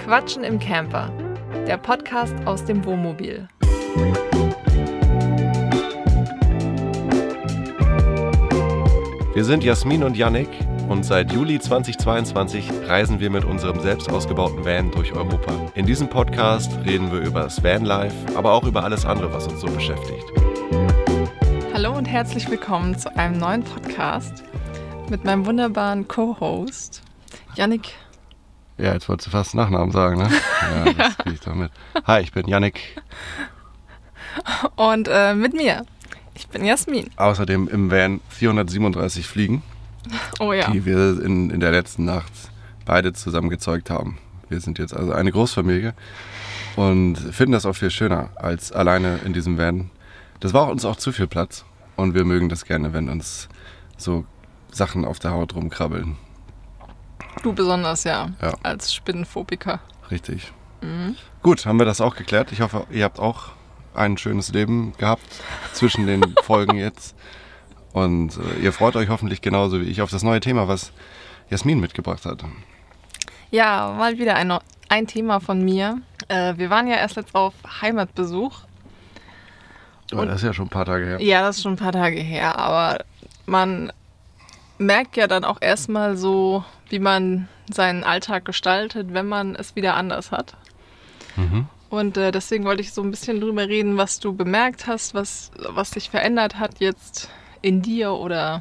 Quatschen im Camper, der Podcast aus dem Wohnmobil. Wir sind Jasmin und Yannick und seit Juli 2022 reisen wir mit unserem selbst ausgebauten Van durch Europa. In diesem Podcast reden wir über das Vanlife, aber auch über alles andere, was uns so beschäftigt. Hallo und herzlich willkommen zu einem neuen Podcast mit meinem wunderbaren Co-Host Yannick. Ja, jetzt wolltest du fast Nachnamen sagen, ne? Ja, das kriege ich doch mit. Hi, ich bin Yannick. Und mit mir, ich bin Jasmin. Außerdem im Van 437 Fliegen, Oh ja. die wir in der letzten Nacht beide zusammen gezeugt haben. Wir sind jetzt also eine Großfamilie und finden das auch viel schöner als alleine in diesem Van. Das war uns auch zu viel Platz und wir mögen das gerne, wenn uns so Sachen auf der Haut rumkrabbeln. Du besonders, ja, als Spinnenphobiker. Richtig. Gut, haben wir das auch geklärt. Ich hoffe, ihr habt auch ein schönes Leben gehabt zwischen den Folgen jetzt. Und ihr freut euch hoffentlich genauso wie ich auf das neue Thema, was Jasmin mitgebracht hat. Ja, mal wieder ein Thema von mir. Wir waren ja erst jetzt auf Heimatbesuch. Oh, das ist ja schon ein paar Tage her. Ja, das ist schon ein paar Tage her, aber man merkt ja dann auch erstmal so, wie man seinen Alltag gestaltet, wenn man es wieder anders hat. Und deswegen wollte ich so ein bisschen drüber reden, was du bemerkt hast, was sich verändert hat jetzt in dir oder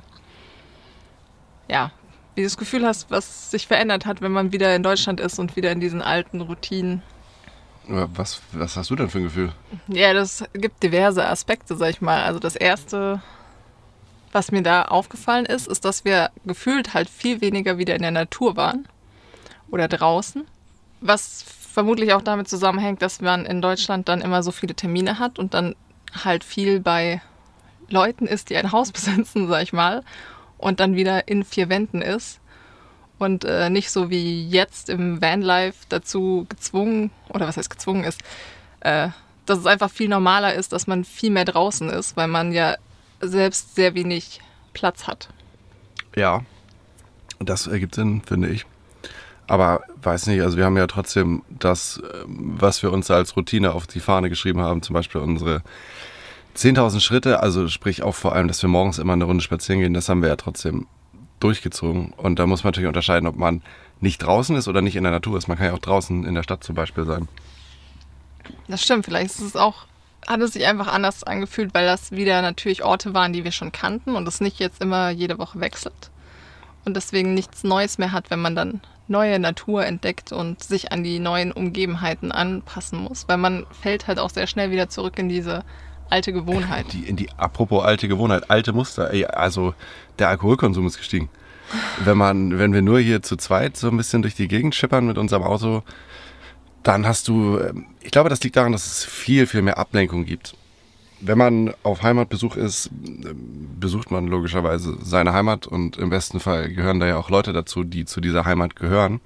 ja, wie du das Gefühl hast, was sich verändert hat, wenn man wieder in Deutschland ist und wieder in diesen alten Routinen. Was hast du denn für ein Gefühl? Ja, das gibt diverse Aspekte, sag ich mal. Also das Erste, was mir da aufgefallen ist, dass wir gefühlt halt viel weniger wieder in der Natur waren oder draußen. Was vermutlich auch damit zusammenhängt, dass man in Deutschland dann immer so viele Termine hat und dann halt viel bei Leuten ist, die ein Haus besitzen, sag ich mal, und dann wieder in vier Wänden ist. Und nicht so wie jetzt im Vanlife dazu gezwungen, oder was heißt gezwungen ist, dass es einfach viel normaler ist, dass man viel mehr draußen ist, weil man ja selbst sehr wenig Platz hat. Ja, das ergibt Sinn, finde ich. Aber weiß nicht, also wir haben ja trotzdem das, was wir uns als Routine auf die Fahne geschrieben haben, zum Beispiel unsere 10.000 Schritte, also sprich auch vor allem, dass wir morgens immer eine Runde spazieren gehen, das haben wir ja trotzdem durchgezogen. Und da muss man natürlich unterscheiden, ob man nicht draußen ist oder nicht in der Natur ist. Man kann ja auch draußen in der Stadt zum Beispiel sein. Das stimmt, vielleicht ist es auch, hat es sich einfach anders angefühlt, weil das wieder natürlich Orte waren, die wir schon kannten und es nicht jetzt immer jede Woche wechselt. Und deswegen nichts Neues mehr hat, wenn man dann neue Natur entdeckt und sich an die neuen Umgebenheiten anpassen muss. Weil man fällt halt auch sehr schnell wieder zurück in diese alte Gewohnheit. Apropos alte Gewohnheit, alte Muster. Also der Alkoholkonsum ist gestiegen. Wenn wir nur hier zu zweit so ein bisschen durch die Gegend schippern mit unserem Auto, dann hast du, ich glaube, das liegt daran, dass es viel, viel mehr Ablenkung gibt. Wenn man auf Heimatbesuch ist, besucht man logischerweise seine Heimat und im besten Fall gehören da ja auch Leute dazu, die zu dieser Heimat gehören.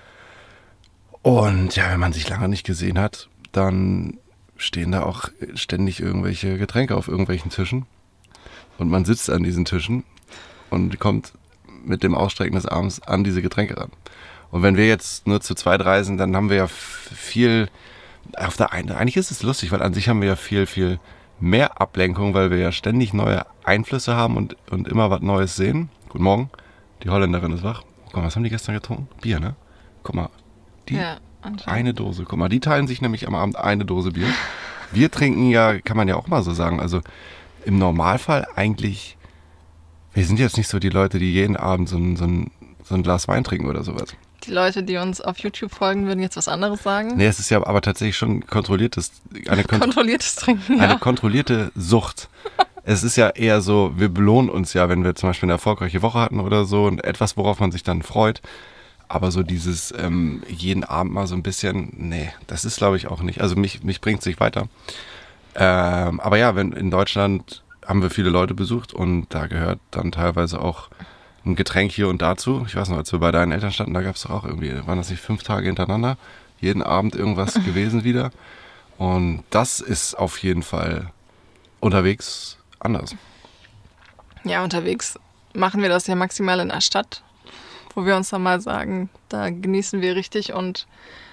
Und ja, wenn man sich lange nicht gesehen hat, dann stehen da auch ständig irgendwelche Getränke auf irgendwelchen Tischen. Und man sitzt an diesen Tischen und kommt mit dem Ausstrecken des Arms an diese Getränke ran. Und wenn wir jetzt nur zu zweit reisen, dann haben wir ja viel, eigentlich ist es lustig, weil an sich haben wir ja viel, viel mehr Ablenkung, weil wir ja ständig neue Einflüsse haben und immer was Neues sehen. Guten Morgen, die Holländerin ist wach. Guck mal, was haben die gestern getrunken? Bier, ne? Guck mal, eine Dose. Guck mal, die teilen sich nämlich am Abend eine Dose Bier. Wir trinken ja, kann man ja auch mal so sagen, also im Normalfall eigentlich, wir sind jetzt nicht so die Leute, die jeden Abend so ein Glas Wein trinken oder sowas. Die Leute, die uns auf YouTube folgen, würden jetzt was anderes sagen. Nee, es ist ja aber tatsächlich schon kontrolliertes Trinken, ja. Eine kontrollierte Sucht. Es ist ja eher so, wir belohnen uns ja, wenn wir zum Beispiel eine erfolgreiche Woche hatten oder so und etwas, worauf man sich dann freut. Aber so dieses jeden Abend mal so ein bisschen, nee, das ist glaube ich auch nicht. Also mich bringt es nicht weiter. Aber ja, in Deutschland haben wir viele Leute besucht und da gehört dann teilweise auch ein Getränk hier und dazu. Ich weiß noch, als wir bei deinen Eltern standen, da gab es doch auch irgendwie, waren das nicht 5 Tage hintereinander? Jeden Abend irgendwas gewesen wieder. Und das ist auf jeden Fall unterwegs anders. Ja, unterwegs machen wir das ja maximal in der Stadt, wo wir uns dann mal sagen, da genießen wir richtig und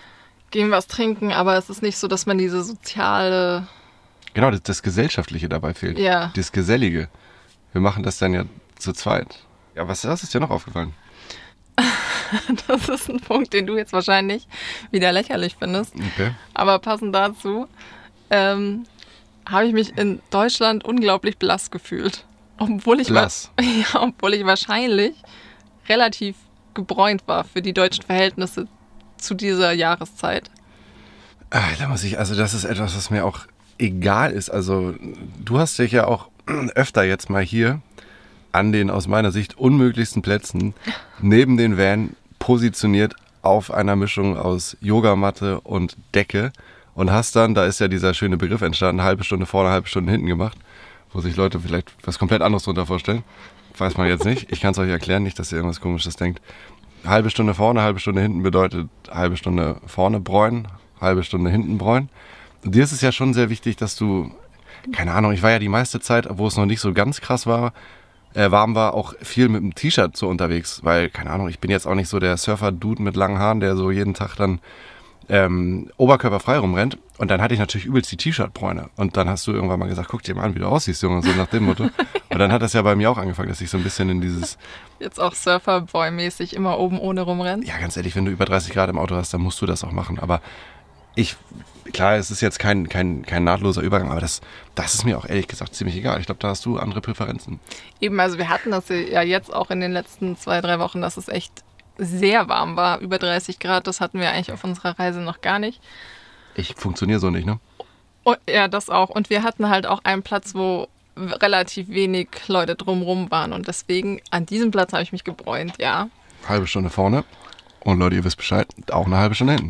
gehen was trinken, aber es ist nicht so, dass man diese soziale... Genau, das Gesellschaftliche dabei fehlt. Ja. Das Gesellige. Wir machen das dann ja zu zweit. Ja, was ist dir noch aufgefallen? Das ist ein Punkt, den du jetzt wahrscheinlich wieder lächerlich findest. Okay. Aber passend dazu habe ich mich in Deutschland unglaublich blass gefühlt. Obwohl ich wahrscheinlich relativ gebräunt war für die deutschen Verhältnisse zu dieser Jahreszeit. Das ist etwas, was mir auch egal ist. Also du hast dich ja auch öfter jetzt mal hier an den aus meiner Sicht unmöglichsten Plätzen neben den Van positioniert auf einer Mischung aus Yogamatte und Decke und hast dann, da ist ja dieser schöne Begriff entstanden, eine halbe Stunde vorne, eine halbe Stunde hinten gemacht, wo sich Leute vielleicht was komplett anderes drunter vorstellen. Weiß man jetzt nicht. Ich kann es euch erklären, nicht, dass ihr irgendwas Komisches denkt. Halbe Stunde vorne, halbe Stunde hinten bedeutet halbe Stunde vorne bräunen, halbe Stunde hinten bräunen. Und dir ist es ja schon sehr wichtig, dass du, keine Ahnung, ich war ja die meiste Zeit, wo es noch nicht so ganz krass war, warm war, auch viel mit dem T-Shirt so unterwegs, weil, keine Ahnung, ich bin jetzt auch nicht so der Surfer-Dude mit langen Haaren, der so jeden Tag dann oberkörperfrei rumrennt. Und dann hatte ich natürlich übelst die T-Shirt-Bräune. Und dann hast du irgendwann mal gesagt, guck dir mal an, wie du aussiehst, Junge, so nach dem Motto. Und dann hat das ja bei mir auch angefangen, dass ich so ein bisschen in dieses... Jetzt auch Surferboy-mäßig immer oben ohne rumrennen. Ja, ganz ehrlich, wenn du über 30 Grad im Auto hast, dann musst du das auch machen. Aber klar, es ist jetzt kein nahtloser Übergang, aber das ist mir auch ehrlich gesagt ziemlich egal. Ich glaube, da hast du andere Präferenzen. Eben, also wir hatten das ja jetzt auch in den letzten 2-3 Wochen, dass es echt sehr warm war, über 30 Grad. Das hatten wir eigentlich auf unserer Reise noch gar nicht. Ich funktioniere so nicht, ne? Oh, ja, das auch. Und wir hatten halt auch einen Platz, wo relativ wenig Leute drumrum waren. Und deswegen, an diesem Platz habe ich mich gebräunt, ja. Halbe Stunde vorne. Und Leute, ihr wisst Bescheid, auch eine halbe Stunde hinten.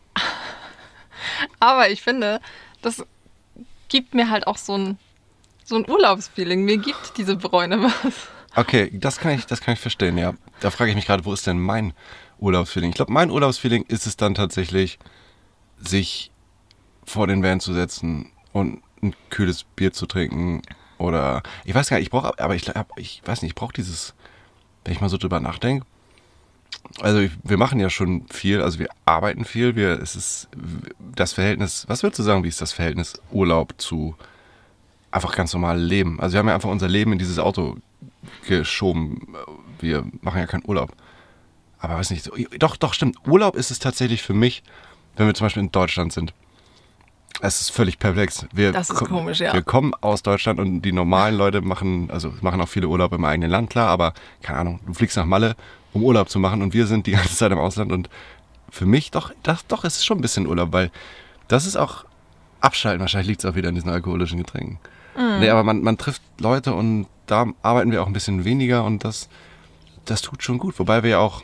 Aber ich finde, das gibt mir halt auch so ein Urlaubsfeeling. Mir gibt diese Bräune was. Okay, das kann ich verstehen, ja. Da frage ich mich gerade, wo ist denn mein Urlaubsfeeling? Ich glaube, mein Urlaubsfeeling ist es dann tatsächlich, sich vor den Van zu setzen und ein kühles Bier zu trinken oder, ich weiß gar nicht, ich weiß nicht, ich brauche dieses, wenn ich mal so drüber nachdenke, also wir machen ja schon viel, also wir arbeiten viel, es ist das Verhältnis, was würdest du sagen, wie ist das Verhältnis Urlaub zu einfach ganz normales Leben? Also wir haben ja einfach unser Leben in dieses Auto geschoben, wir machen ja keinen Urlaub. Aber weiß nicht, doch, stimmt, Urlaub ist es tatsächlich für mich, wenn wir zum Beispiel in Deutschland sind. Es ist völlig perplex. Das ist komisch, ja. Wir kommen aus Deutschland und die normalen Leute machen auch viele Urlaub im eigenen Land, klar, aber keine Ahnung, du fliegst nach Malle, um Urlaub zu machen und wir sind die ganze Zeit im Ausland und für mich es ist schon ein bisschen Urlaub, weil das ist auch Abschalten, wahrscheinlich liegt es auch wieder an diesen alkoholischen Getränken. Nee, aber man trifft Leute und da arbeiten wir auch ein bisschen weniger und das tut schon gut, wobei wir ja auch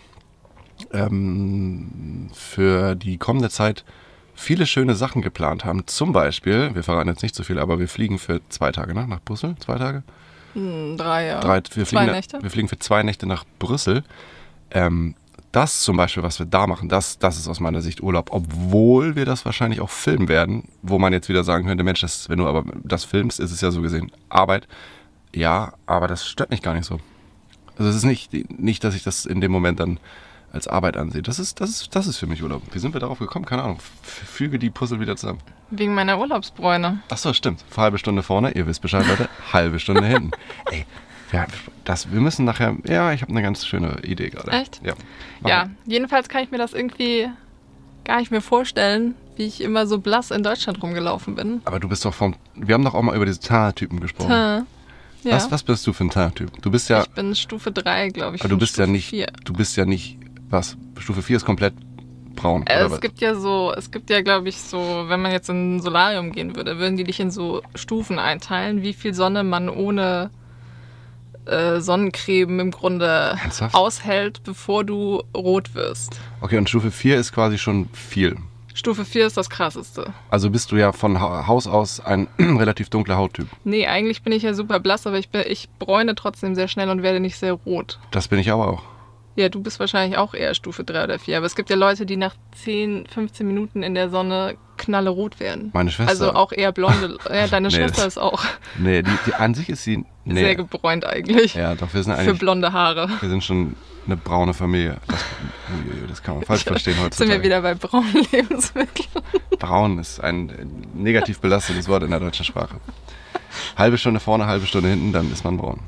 für die kommende Zeit viele schöne Sachen geplant haben. Zum Beispiel, wir verraten jetzt nicht so viel, aber wir fliegen für 2 Tage nach Brüssel. 2 Tage? 3, ja. 2 Nächte? Wir fliegen für 2 Nächte nach Brüssel. Das zum Beispiel, was wir da machen, das ist aus meiner Sicht Urlaub. Obwohl wir das wahrscheinlich auch filmen werden, wo man jetzt wieder sagen könnte, Mensch, wenn du aber das filmst, ist es ja so gesehen Arbeit. Ja, aber das stört mich gar nicht so. Also es ist nicht, dass ich das in dem Moment dann als Arbeit ansehe. Das ist für mich Urlaub. Wie sind wir darauf gekommen? Keine Ahnung. Füge die Puzzle wieder zusammen. Wegen meiner Urlaubsbräune. Achso, stimmt. Halbe Stunde vorne, ihr wisst Bescheid, Leute. Halbe Stunde hinten. Ey, wir müssen nachher, ja, ich habe eine ganz schöne Idee gerade. Echt? Ja. Ja, jedenfalls kann ich mir das irgendwie gar nicht mehr vorstellen, wie ich immer so blass in Deutschland rumgelaufen bin. Aber du bist doch wir haben doch auch mal über diese Teint-Typen gesprochen. Ja. Was bist du für ein Teint-Typ? Du bist ja... Ich bin Stufe 3, glaube ich. Aber du bist ja nicht... 4. Du bist ja nicht... Was? Stufe 4 ist komplett braun, oder was? Es gibt ja, glaube ich, so, wenn man jetzt in ein Solarium gehen würde, würden die dich in so Stufen einteilen, wie viel Sonne man ohne Sonnencreme im Grunde Ernsthaft? aushält, bevor du rot wirst. Okay, und Stufe 4 ist quasi schon viel. Stufe 4 ist das Krasseste. Also bist du ja von Haus aus ein relativ dunkler Hauttyp. Nee, eigentlich bin ich ja super blass, aber ich bräune trotzdem sehr schnell und werde nicht sehr rot. Das bin ich aber auch. Ja, du bist wahrscheinlich auch eher Stufe 3 oder 4. Aber es gibt ja Leute, die nach 10, 15 Minuten in der Sonne knallerot werden. Meine Schwester. Also auch eher blonde. Ja, deine Nee, Schwester ist auch Nee, die an sich ist sie... Nee. sehr gebräunt eigentlich. Ja, doch, wir sind Für eigentlich... blonde Haare. Wir sind schon eine braune Familie. Das kann man falsch verstehen Sind heutzutage. wir wieder bei braunen Lebensmitteln. Braun ist ein negativ belastetes Wort in der deutschen Sprache. Halbe Stunde vorne, halbe Stunde hinten, dann ist man braun.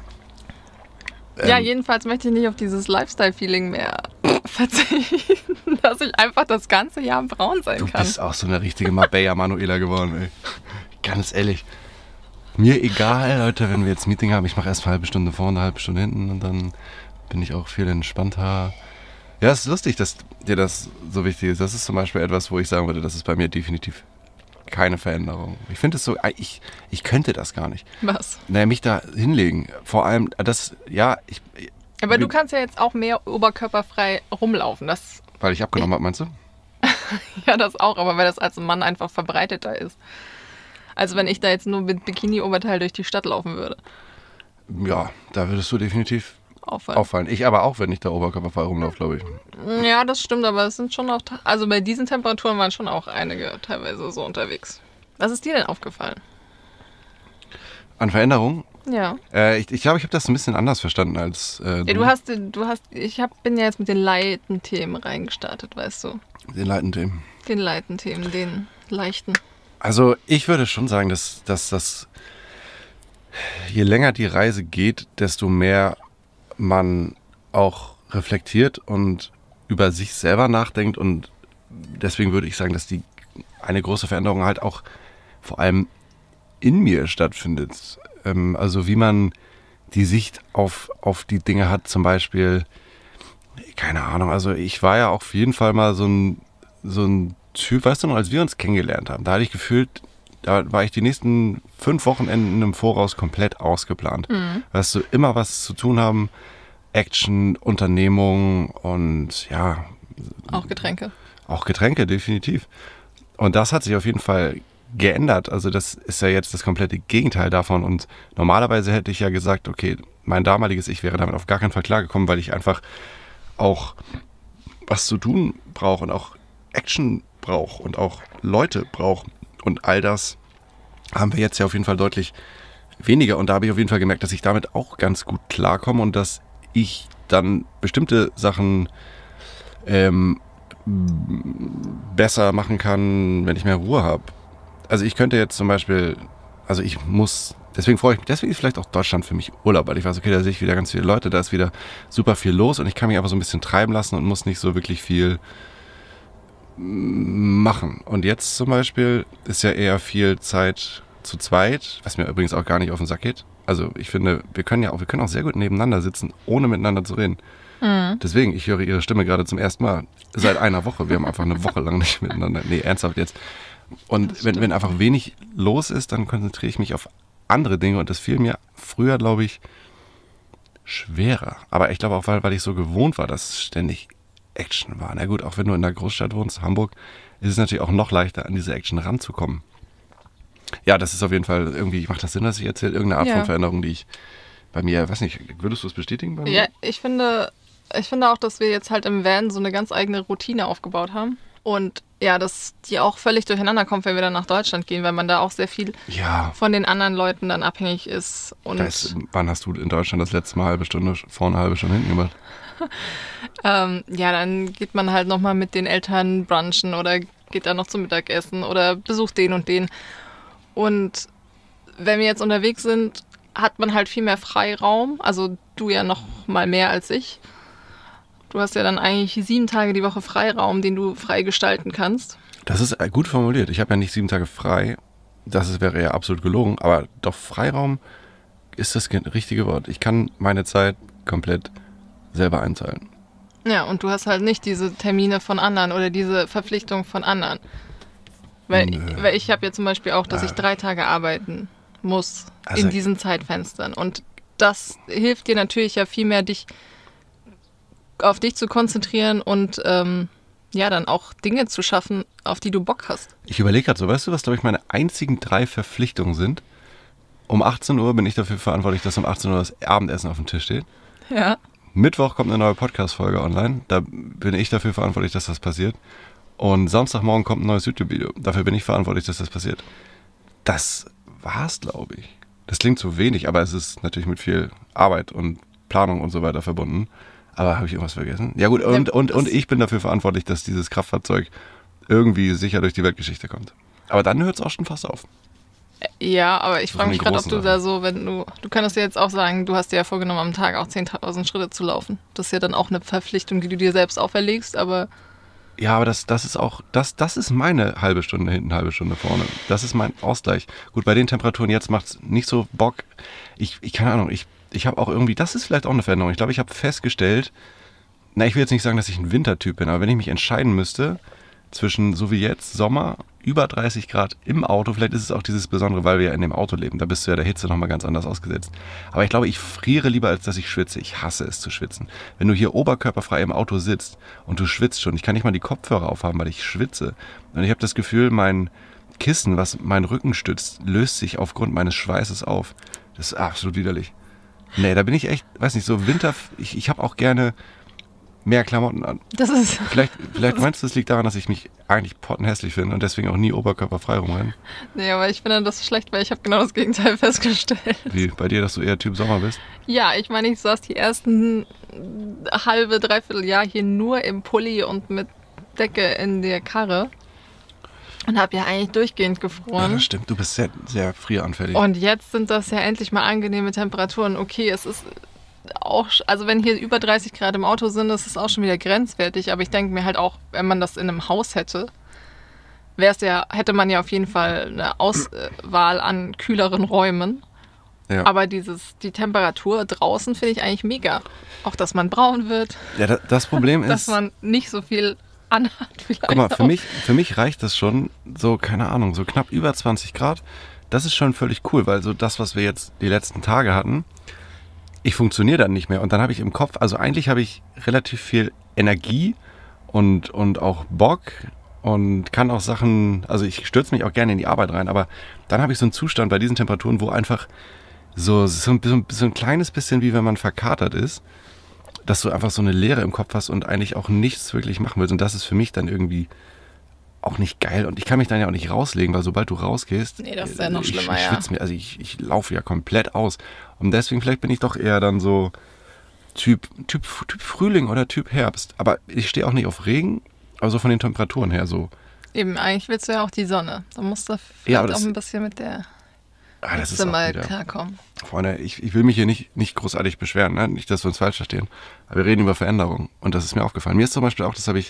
Ja, jedenfalls möchte ich nicht auf dieses Lifestyle-Feeling mehr verzichten, dass ich einfach das ganze Jahr braun sein Du kann. bist auch so eine richtige Marbella Manuela geworden, ey. Ganz ehrlich. Mir egal, Leute, wenn wir jetzt ein Meeting haben, ich mache erst eine halbe Stunde vorne, eine halbe Stunde hinten und dann bin ich auch viel entspannter. Ja, es ist lustig, dass dir das so wichtig ist. Das ist zum Beispiel etwas, wo ich sagen würde, das ist bei mir definitiv keine Veränderung. Ich finde es so, ich könnte das gar nicht. Was? Naja, mich da hinlegen. Vor allem, das, ja, Aber du kannst ja jetzt auch mehr oberkörperfrei rumlaufen. Das, weil ich abgenommen habe, meinst du? ja, das auch, aber weil das als Mann einfach verbreiteter ist. Also wenn ich da jetzt nur mit Bikini-Oberteil durch die Stadt laufen würde. Ja, da würdest du definitiv Auffallen. auffallen. Ich aber auch, wenn ich da oberkörperfrei rumlaufe, glaube ich. Ja, das stimmt, aber es sind schon auch, also bei diesen Temperaturen waren schon auch einige teilweise so unterwegs. Was ist dir denn aufgefallen? An Veränderungen? Ja. Ich glaube, ich habe das ein bisschen anders verstanden als Ja, bin ja jetzt mit den leiten Themen reingestartet, weißt du. den Leitenthemen. Den leiten Themen, den leichten. Also ich würde schon sagen, dass das je länger die Reise geht, desto mehr man auch reflektiert und über sich selber nachdenkt und deswegen würde ich sagen, dass eine große Veränderung halt auch vor allem in mir stattfindet. Also wie man die Sicht auf die Dinge hat, zum Beispiel, keine Ahnung, also ich war ja auf jeden Fall mal so ein Typ, weißt du noch, als wir uns kennengelernt haben, da hatte ich gefühlt, da war ich die nächsten 5 Wochenenden im Voraus komplett ausgeplant. Weißt du, immer was zu tun haben, Action, Unternehmung und ja. Auch Getränke. Auch Getränke, definitiv. Und das hat sich auf jeden Fall geändert. Also das ist ja jetzt das komplette Gegenteil davon. Und normalerweise hätte ich ja gesagt, okay, mein damaliges Ich wäre damit auf gar keinen Fall klargekommen, weil ich einfach auch was zu tun brauche und auch Action brauche und auch Leute brauche. Und all das haben wir jetzt ja auf jeden Fall deutlich weniger. Und da habe ich auf jeden Fall gemerkt, dass ich damit auch ganz gut klarkomme und dass ich dann bestimmte Sachen besser machen kann, wenn ich mehr Ruhe habe. Also ich könnte jetzt zum Beispiel, deswegen freue ich mich, deswegen ist vielleicht auch Deutschland für mich Urlaub, weil ich weiß, okay, da sehe ich wieder ganz viele Leute, da ist wieder super viel los und ich kann mich einfach so ein bisschen treiben lassen und muss nicht so wirklich viel machen. Und jetzt zum Beispiel ist ja eher viel Zeit zu zweit, was mir übrigens auch gar nicht auf den Sack geht. Also ich finde, wir können auch sehr gut nebeneinander sitzen, ohne miteinander zu reden. Deswegen, ich höre ihre Stimme gerade zum ersten Mal seit einer Woche. Wir haben einfach eine Woche lang nicht miteinander. Nee, ernsthaft jetzt. Und wenn einfach wenig los ist, dann konzentriere ich mich auf andere Dinge und das fiel mir früher, glaube ich, schwerer. Aber ich glaube auch, weil ich so gewohnt war, dass ständig Action war. Na gut, auch wenn du in der Großstadt wohnst, Hamburg, ist es natürlich auch noch leichter, an diese Action ranzukommen. Ja, das ist auf jeden Fall irgendwie, macht das Sinn, dass ich erzähle, irgendeine Art von Veränderung, die ich bei mir, weiß nicht, würdest du es bestätigen bei mir? Ja, ich finde auch, dass wir jetzt halt im Van so eine ganz eigene Routine aufgebaut haben. Und ja, dass die auch völlig durcheinander kommt, wenn wir dann nach Deutschland gehen, weil man da auch sehr viel von den anderen Leuten dann abhängig ist. Und wann hast du in Deutschland das letzte Mal halbe Stunde vorne, halbe Stunde hinten gemacht? Ja, dann geht man halt nochmal mit den Eltern brunchen oder geht dann noch zum Mittagessen oder besucht den und den. Und wenn wir jetzt unterwegs sind, hat man halt viel mehr Freiraum. Also du ja noch mal mehr als ich. Du hast ja dann eigentlich 7 Tage die Woche Freiraum, den du frei gestalten kannst. Das ist gut formuliert. Ich habe ja nicht 7 Tage frei. Wäre ja absolut gelogen. Aber doch Freiraum ist das richtige Wort. Ich kann meine Zeit komplett selber einteilen. Ja, und du hast halt nicht diese Termine von anderen oder diese Verpflichtung von anderen. Weil ich habe ja zum Beispiel auch, dass ich 3 Tage arbeiten muss in diesen Zeitfenstern. Und das hilft dir natürlich ja viel mehr, dich auf dich zu konzentrieren und dann auch Dinge zu schaffen, auf die du Bock hast. Ich überlege gerade so, weißt du, was, glaube ich, meine einzigen 3 Verpflichtungen sind? Um 18 Uhr bin ich dafür verantwortlich, dass um 18 Uhr das Abendessen auf dem Tisch steht. Ja. Mittwoch kommt eine neue Podcast-Folge online. Da bin ich dafür verantwortlich, dass das passiert. Und Samstagmorgen kommt ein neues YouTube-Video. Dafür bin ich verantwortlich, dass das passiert. Das war's, glaube ich. Das klingt so wenig, aber es ist natürlich mit viel Arbeit und Planung und so weiter verbunden. Aber habe ich irgendwas vergessen? Ja gut, und ich bin dafür verantwortlich, dass dieses Kraftfahrzeug irgendwie sicher durch die Weltgeschichte kommt. Aber dann hört es auch schon fast auf. Ja, aber ich frage mich gerade, ob du Sachen. da so, wenn du könntest ja jetzt auch sagen, du hast dir ja vorgenommen, am Tag auch 10.000 Schritte zu laufen. Das ist ja dann auch eine Verpflichtung, die du dir selbst auferlegst, aber... Ja, aber das ist auch, das ist meine halbe Stunde hinten, halbe Stunde vorne. Das ist mein Ausgleich. Gut, bei den Temperaturen jetzt macht es nicht so Bock. Ich keine Ahnung, ich habe auch irgendwie, das ist vielleicht auch eine Veränderung. Ich glaube, ich habe festgestellt, ich will jetzt nicht sagen, dass ich ein Wintertyp bin, aber wenn ich mich entscheiden müsste zwischen, so wie jetzt, Sommer, über 30 Grad im Auto, vielleicht ist es auch dieses Besondere, weil wir ja in dem Auto leben, da bist du ja der Hitze nochmal ganz anders ausgesetzt. Aber ich glaube, ich friere lieber, als dass ich schwitze. Ich hasse es zu schwitzen. Wenn du hier oberkörperfrei im Auto sitzt und du schwitzt schon, ich kann nicht mal die Kopfhörer aufhaben, weil ich schwitze. Und ich habe das Gefühl, mein Kissen, was meinen Rücken stützt, löst sich aufgrund meines Schweißes auf. Das ist absolut widerlich. Nee, da bin ich echt, weiß nicht, so Winter, ich habe auch gerne mehr Klamotten an. Das ist... Vielleicht meinst du, es liegt daran, dass ich mich eigentlich pottenhässlich finde und deswegen auch nie oberkörperfrei rumrenne? Nee, aber ich finde das schlecht, weil ich habe genau das Gegenteil festgestellt. Wie, bei dir, dass du eher Typ Sommer bist? Ja, ich meine, ich saß die ersten halbe, dreiviertel Jahr hier nur im Pulli und mit Decke in der Karre und habe ja eigentlich durchgehend gefroren. Ja, das stimmt. Du bist sehr, sehr frieranfällig. Und jetzt sind das ja endlich mal angenehme Temperaturen. Okay, es ist auch, also wenn hier über 30 Grad im Auto sind, ist es auch schon wieder grenzwertig. Aber ich denke mir halt auch, wenn man das in einem Haus hätte, hätte man ja auf jeden Fall eine Auswahl an kühleren Räumen. Ja. Aber die Temperatur draußen finde ich eigentlich mega. Auch, dass man braun wird. Ja, das Problem ist... Dass man nicht so viel anhat vielleicht. Guck mal, für mich reicht das schon so, keine Ahnung, so knapp über 20 Grad. Das ist schon völlig cool, weil so das, was wir jetzt die letzten Tage hatten, ich funktioniere dann nicht mehr. Und dann habe ich im Kopf, also eigentlich habe ich relativ viel Energie und auch Bock und kann auch Sachen, also ich stürze mich auch gerne in die Arbeit rein, aber dann habe ich so einen Zustand bei diesen Temperaturen, wo einfach so ein kleines bisschen wie wenn man verkatert ist, dass du einfach so eine Leere im Kopf hast und eigentlich auch nichts wirklich machen willst. Und das ist für mich dann irgendwie auch nicht geil. Und ich kann mich dann ja auch nicht rauslegen, weil sobald du rausgehst, nee, das ist ja noch schlimmer, ich schwitze mir, also ich laufe ja komplett aus. Und deswegen vielleicht bin ich doch eher dann so Typ Frühling oder Typ Herbst. Aber ich stehe auch nicht auf Regen, aber so von den Temperaturen her so. Eben, eigentlich willst du ja auch die Sonne. Da musst du vielleicht auch ein bisschen mit der Hitze mal klarkommen. Freunde, ich will mich hier nicht großartig beschweren, ne? Nicht, dass wir uns falsch verstehen. Aber wir reden über Veränderung und das ist mir aufgefallen. Mir ist zum Beispiel auch,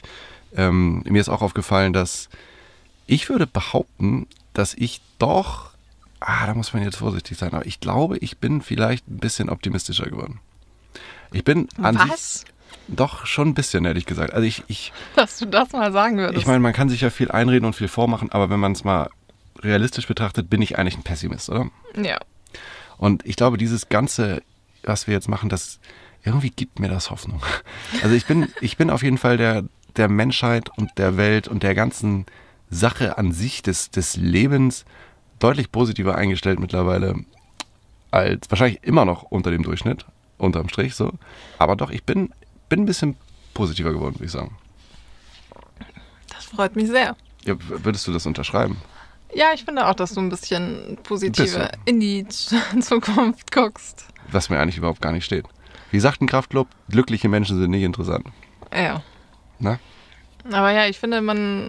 mir ist auch aufgefallen, dass ich würde behaupten, dass ich doch, da muss man jetzt vorsichtig sein, aber ich glaube, ich bin vielleicht ein bisschen optimistischer geworden. Ich bin an sich doch schon ein bisschen, ehrlich gesagt. Also dass du das mal sagen würdest. Ich meine, man kann sich ja viel einreden und viel vormachen, aber wenn man es mal realistisch betrachtet, bin ich eigentlich ein Pessimist, oder? Ja. Und ich glaube, dieses Ganze, was wir jetzt machen, das irgendwie gibt mir das Hoffnung. Also ich bin auf jeden Fall der Menschheit und der Welt und der ganzen Sache an sich des Lebens deutlich positiver eingestellt mittlerweile als wahrscheinlich immer noch unter dem Durchschnitt, unterm Strich so. Aber doch, ich bin ein bisschen positiver geworden, würde ich sagen. Das freut mich sehr. Ja, würdest du das unterschreiben? Ja, ich finde auch, dass du ein bisschen positiver in die Zukunft guckst. Was mir eigentlich überhaupt gar nicht steht. Wie sagt ein Kraftclub, glückliche Menschen sind nicht interessant. Ja. Na? Aber ja, ich finde,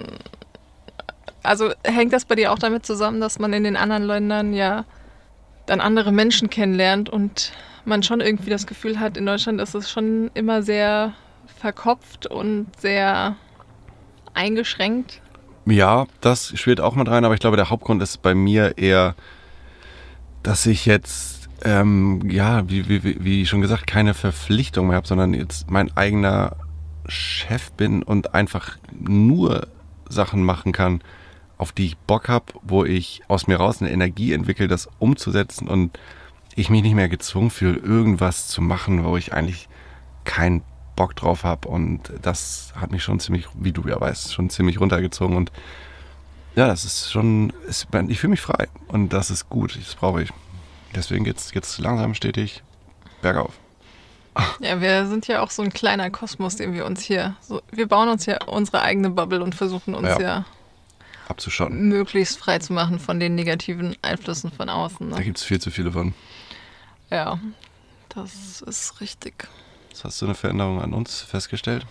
also hängt das bei dir auch damit zusammen, dass man in den anderen Ländern ja dann andere Menschen kennenlernt und man schon irgendwie das Gefühl hat, in Deutschland ist es schon immer sehr verkopft und sehr eingeschränkt. Ja, das spielt auch mit rein, aber ich glaube, der Hauptgrund ist bei mir eher, dass ich jetzt, wie schon gesagt, keine Verpflichtung mehr habe, sondern jetzt mein eigener Chef bin und einfach nur Sachen machen kann, auf die ich Bock habe, wo ich aus mir raus eine Energie entwickle, das umzusetzen und ich mich nicht mehr gezwungen fühle, irgendwas zu machen, wo ich eigentlich keinen Bock drauf habe und das hat mich schon ziemlich, wie du ja weißt, schon ziemlich runtergezogen und ja, das ist schon, ich fühle mich frei und das ist gut, das brauche ich. Deswegen geht's langsam stetig bergauf. Ja, wir sind ja auch so ein kleiner Kosmos, den wir uns hier, wir bauen uns ja unsere eigene Bubble und versuchen uns ja abzuschotten. Möglichst frei zu machen von den negativen Einflüssen von außen. Ne? Da gibt es viel zu viele von. Ja, das ist richtig. Hast du eine Veränderung an uns festgestellt?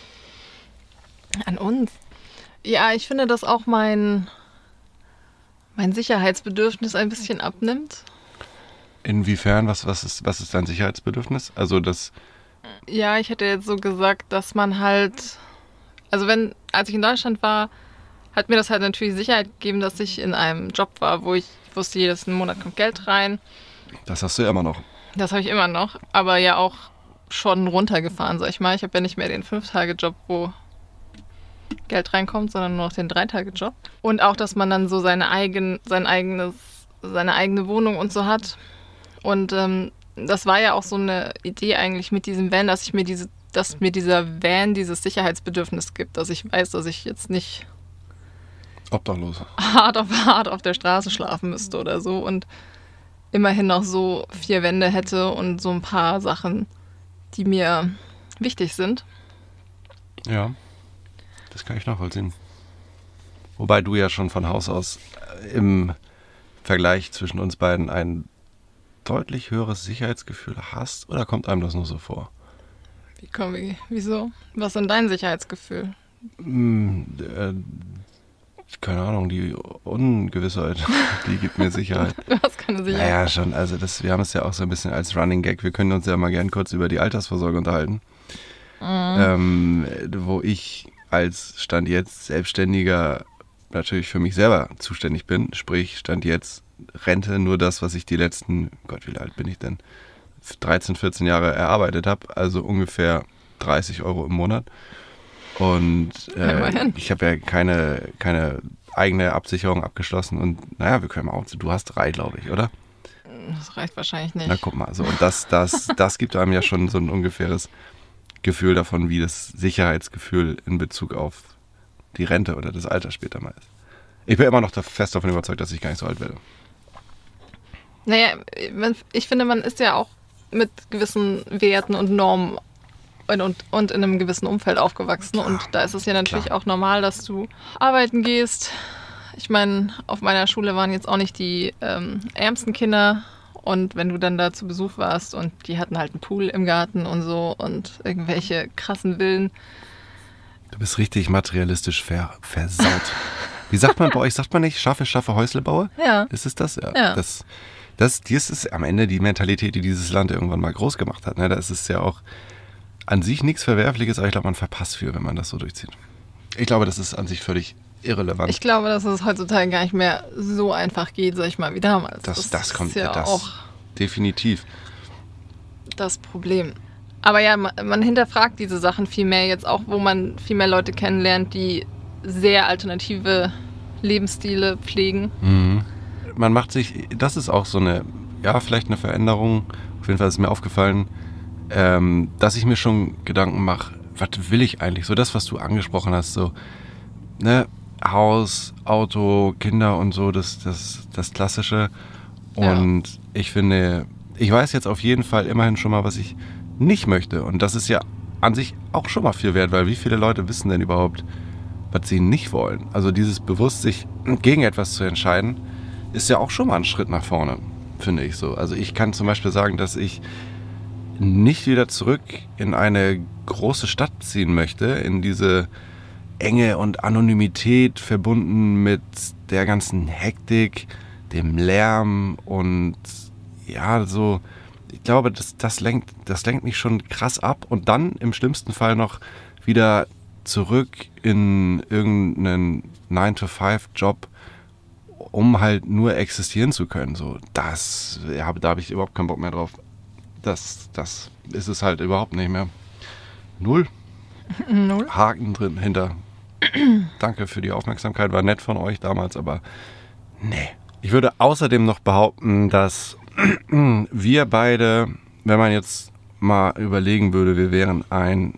An uns? Ja, ich finde, dass auch mein Sicherheitsbedürfnis ein bisschen abnimmt. Inwiefern? Was ist dein Sicherheitsbedürfnis? Also das... Ja, ich hätte jetzt so gesagt, dass man halt... Also als ich in Deutschland war, hat mir das halt natürlich Sicherheit gegeben, dass ich in einem Job war, wo ich wusste, jeden Monat kommt Geld rein. Das hast du ja immer noch. Das habe ich immer noch, aber ja auch schon runtergefahren, sag ich mal. Ich habe ja nicht mehr den 5-Tage-Job, wo Geld reinkommt, sondern nur noch den 3-Tage-Job. Und auch, dass man dann so seine eigene Wohnung und so hat. Und das war ja auch so eine Idee eigentlich mit diesem Van, dass mir dieser Van dieses Sicherheitsbedürfnis gibt, dass ich weiß, dass ich jetzt nicht obdachlos hart auf der Straße schlafen müsste oder so und immerhin noch so 4 Wände hätte und so ein paar Sachen, die mir wichtig sind. Ja, das kann ich nachvollziehen. Wobei du ja schon von Haus aus im Vergleich zwischen uns beiden ein deutlich höheres Sicherheitsgefühl hast, oder kommt einem das nur so vor? Wieso? Was ist denn dein Sicherheitsgefühl? Keine Ahnung, die Ungewissheit, die gibt mir Sicherheit. Du hast keine Sicherheit. Naja, schon, also wir haben es ja auch so ein bisschen als Running Gag, wir können uns ja mal gern kurz über die Altersvorsorge unterhalten. Wo ich als Stand jetzt Selbstständiger natürlich für mich selber zuständig bin, sprich Stand jetzt Rente nur das, was ich die letzten, Gott, wie alt bin ich denn, 13, 14 Jahre erarbeitet habe, also ungefähr 30 € im Monat. Und ich habe ja keine eigene Absicherung abgeschlossen und naja, wir können auch, du hast 3, glaube ich, oder? Das reicht wahrscheinlich nicht. Na guck mal, so, und das gibt einem ja schon so ein ungefähres Gefühl davon, wie das Sicherheitsgefühl in Bezug auf die Rente oder das Alter später mal ist. Ich bin immer noch fest davon überzeugt, dass ich gar nicht so alt werde. Naja, ich finde, man ist ja auch mit gewissen Werten und Normen und in einem gewissen Umfeld aufgewachsen. Klar, und da ist es ja natürlich auch normal, dass du arbeiten gehst. Ich meine, auf meiner Schule waren jetzt auch nicht die ärmsten Kinder. Und wenn du dann da zu Besuch warst und die hatten halt einen Pool im Garten und so und irgendwelche krassen Villen. Du bist richtig materialistisch versaut. Wie sagt man bei euch? Sagt man nicht, schaffe, Häusle baue? Ja. Ist es das? Ja. Das ist am Ende die Mentalität, die dieses Land irgendwann mal groß gemacht hat. Ne? Da ist es ja auch an sich nichts Verwerfliches, aber ich glaube, man verpasst viel, wenn man das so durchzieht. Ich glaube, das ist an sich völlig irrelevant. Ich glaube, dass es heutzutage gar nicht mehr so einfach geht, sag ich mal, wie damals. Das kommt ja das auch definitiv das Problem. Aber ja, man hinterfragt diese Sachen viel mehr jetzt auch, wo man viel mehr Leute kennenlernt, die sehr alternative Lebensstile pflegen. Mhm. Man macht sich, das ist auch so vielleicht eine Veränderung, auf jeden Fall ist mir aufgefallen, dass ich mir schon Gedanken mache, was will ich eigentlich? So das, was du angesprochen hast, so, ne, Haus, Auto, Kinder und so, das Klassische. Und ich finde, ich weiß jetzt auf jeden Fall immerhin schon mal, was ich nicht möchte. Und das ist ja an sich auch schon mal viel wert, weil wie viele Leute wissen denn überhaupt, was sie nicht wollen? Also dieses bewusst sich gegen etwas zu entscheiden, ist ja auch schon mal ein Schritt nach vorne, finde ich so. Also ich kann zum Beispiel sagen, dass ich nicht wieder zurück in eine große Stadt ziehen möchte, in diese Enge und Anonymität verbunden mit der ganzen Hektik, dem Lärm und ja, so, ich glaube, das lenkt mich schon krass ab und dann im schlimmsten Fall noch wieder zurück in irgendeinen 9-to-5-Job, um halt nur existieren zu können. So, da habe ich überhaupt keinen Bock mehr drauf. Das ist es halt überhaupt nicht mehr. Null. Haken drin hinter. Danke für die Aufmerksamkeit, war nett von euch damals, aber nee. Ich würde außerdem noch behaupten, dass wir beide, wenn man jetzt mal überlegen würde, wir wären ein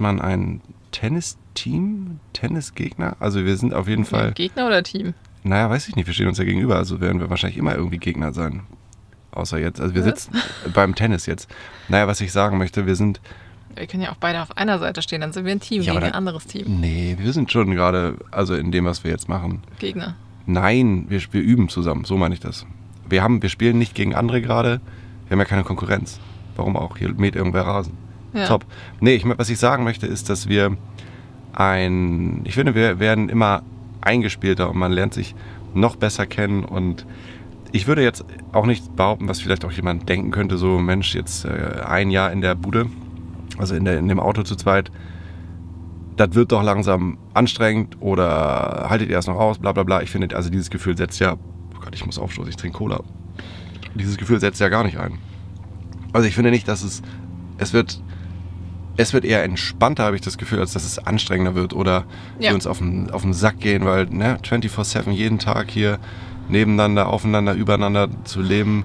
Tennisteam? Tennisgegner? Also wir sind auf jeden Fall... Gegner oder Team? Naja, weiß ich nicht, wir stehen uns ja gegenüber, also werden wir wahrscheinlich immer irgendwie Gegner sein. Außer jetzt. Also wir sitzen beim Tennis jetzt. Naja, was ich sagen möchte, wir können ja auch beide auf einer Seite stehen, dann sind wir ein Team gegen ein anderes Team. Nee, wir sind schon gerade, also in dem, was wir jetzt machen. Gegner. Nein, wir üben zusammen, so meine ich das. Wir spielen nicht gegen andere gerade, wir haben ja keine Konkurrenz. Warum auch? Hier mäht irgendwer Rasen. Ja. Top. Nee, was ich sagen möchte, ist, dass ich finde, wir werden immer eingespielter und man lernt sich noch besser kennen und ich würde jetzt auch nicht behaupten, was vielleicht auch jemand denken könnte, so Mensch, jetzt ein Jahr in der Bude, also in dem Auto zu zweit, das wird doch langsam anstrengend oder haltet ihr das noch aus, bla bla bla. Ich finde, also dieses Gefühl setzt ja, oh Gott, ich muss aufstoßen, ich trinke Cola. Dieses Gefühl setzt ja gar nicht ein. Also ich finde nicht, dass es wird eher entspannter, habe ich das Gefühl, als dass es anstrengender wird oder wir uns auf den Sack gehen, weil 24/7 jeden Tag hier nebeneinander, aufeinander, übereinander zu leben,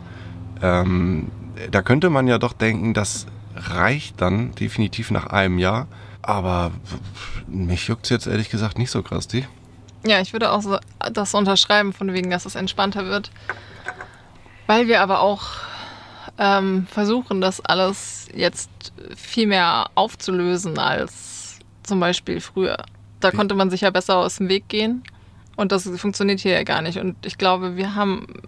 da könnte man ja doch denken, das reicht dann definitiv nach einem Jahr, aber mich juckt es jetzt ehrlich gesagt nicht so krass, die. Ja, ich würde auch so das unterschreiben, von wegen, dass es entspannter wird, weil wir aber auch versuchen, das alles jetzt viel mehr aufzulösen als zum Beispiel früher. Da konnte man sich ja besser aus dem Weg gehen und das funktioniert hier ja gar nicht. Und ich glaube, wir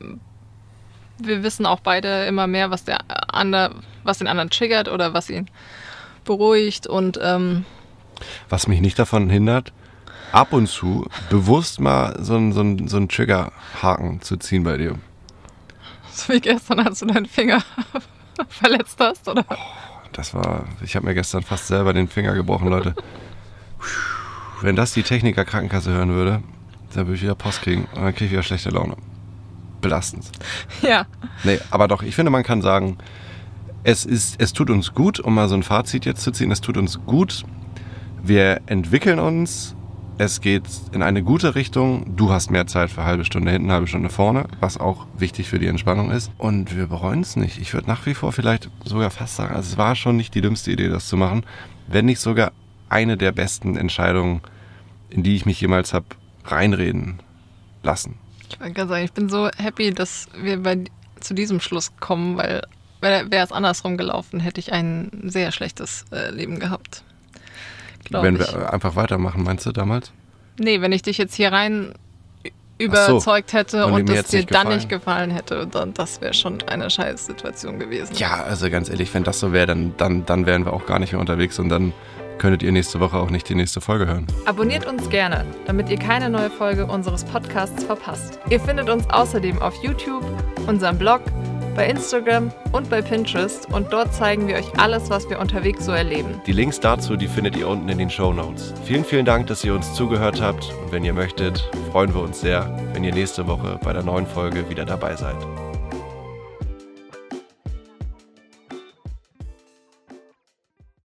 wissen auch beide immer mehr, was den anderen triggert oder was ihn beruhigt. Und was mich nicht davon hindert, ab und zu bewusst mal so einen Triggerhaken zu ziehen bei dir. So wie gestern, als du deinen Finger verletzt hast, oder? Ich habe mir gestern fast selber den Finger gebrochen, Leute. Wenn das die Techniker Krankenkasse hören würde, dann würde ich wieder Post kriegen und dann kriege ich wieder schlechte Laune. Belastend. Ja. Nee, aber doch, ich finde, man kann sagen, es tut uns gut, um mal so ein Fazit jetzt zu ziehen, es tut uns gut, wir entwickeln uns, es geht in eine gute Richtung, du hast mehr Zeit für halbe Stunde hinten, halbe Stunde vorne, was auch wichtig für die Entspannung ist und wir bereuen es nicht. Ich würde nach wie vor vielleicht sogar fast sagen, also es war schon nicht die dümmste Idee, das zu machen, wenn nicht sogar eine der besten Entscheidungen, in die ich mich jemals habe reinreden lassen. Ich wollte gerade sagen, ich bin so happy, dass wir zu diesem Schluss kommen, weil wäre es andersrum gelaufen, hätte ich ein sehr schlechtes Leben gehabt. Wenn wir einfach weitermachen, meinst du damals? Nee, wenn ich dich jetzt hier rein überzeugt hätte und es dir dann nicht gefallen hätte, dann das wäre schon eine scheiß Situation gewesen. Ja, also ganz ehrlich, wenn das so wäre, dann wären wir auch gar nicht mehr unterwegs und dann könntet ihr nächste Woche auch nicht die nächste Folge hören. Abonniert uns gerne, damit ihr keine neue Folge unseres Podcasts verpasst. Ihr findet uns außerdem auf YouTube, unserem Blog, bei Instagram und bei Pinterest und dort zeigen wir euch alles, was wir unterwegs so erleben. Die Links dazu, die findet ihr unten in den Shownotes. Vielen, vielen Dank, dass ihr uns zugehört habt und wenn ihr möchtet, freuen wir uns sehr, wenn ihr nächste Woche bei der neuen Folge wieder dabei seid.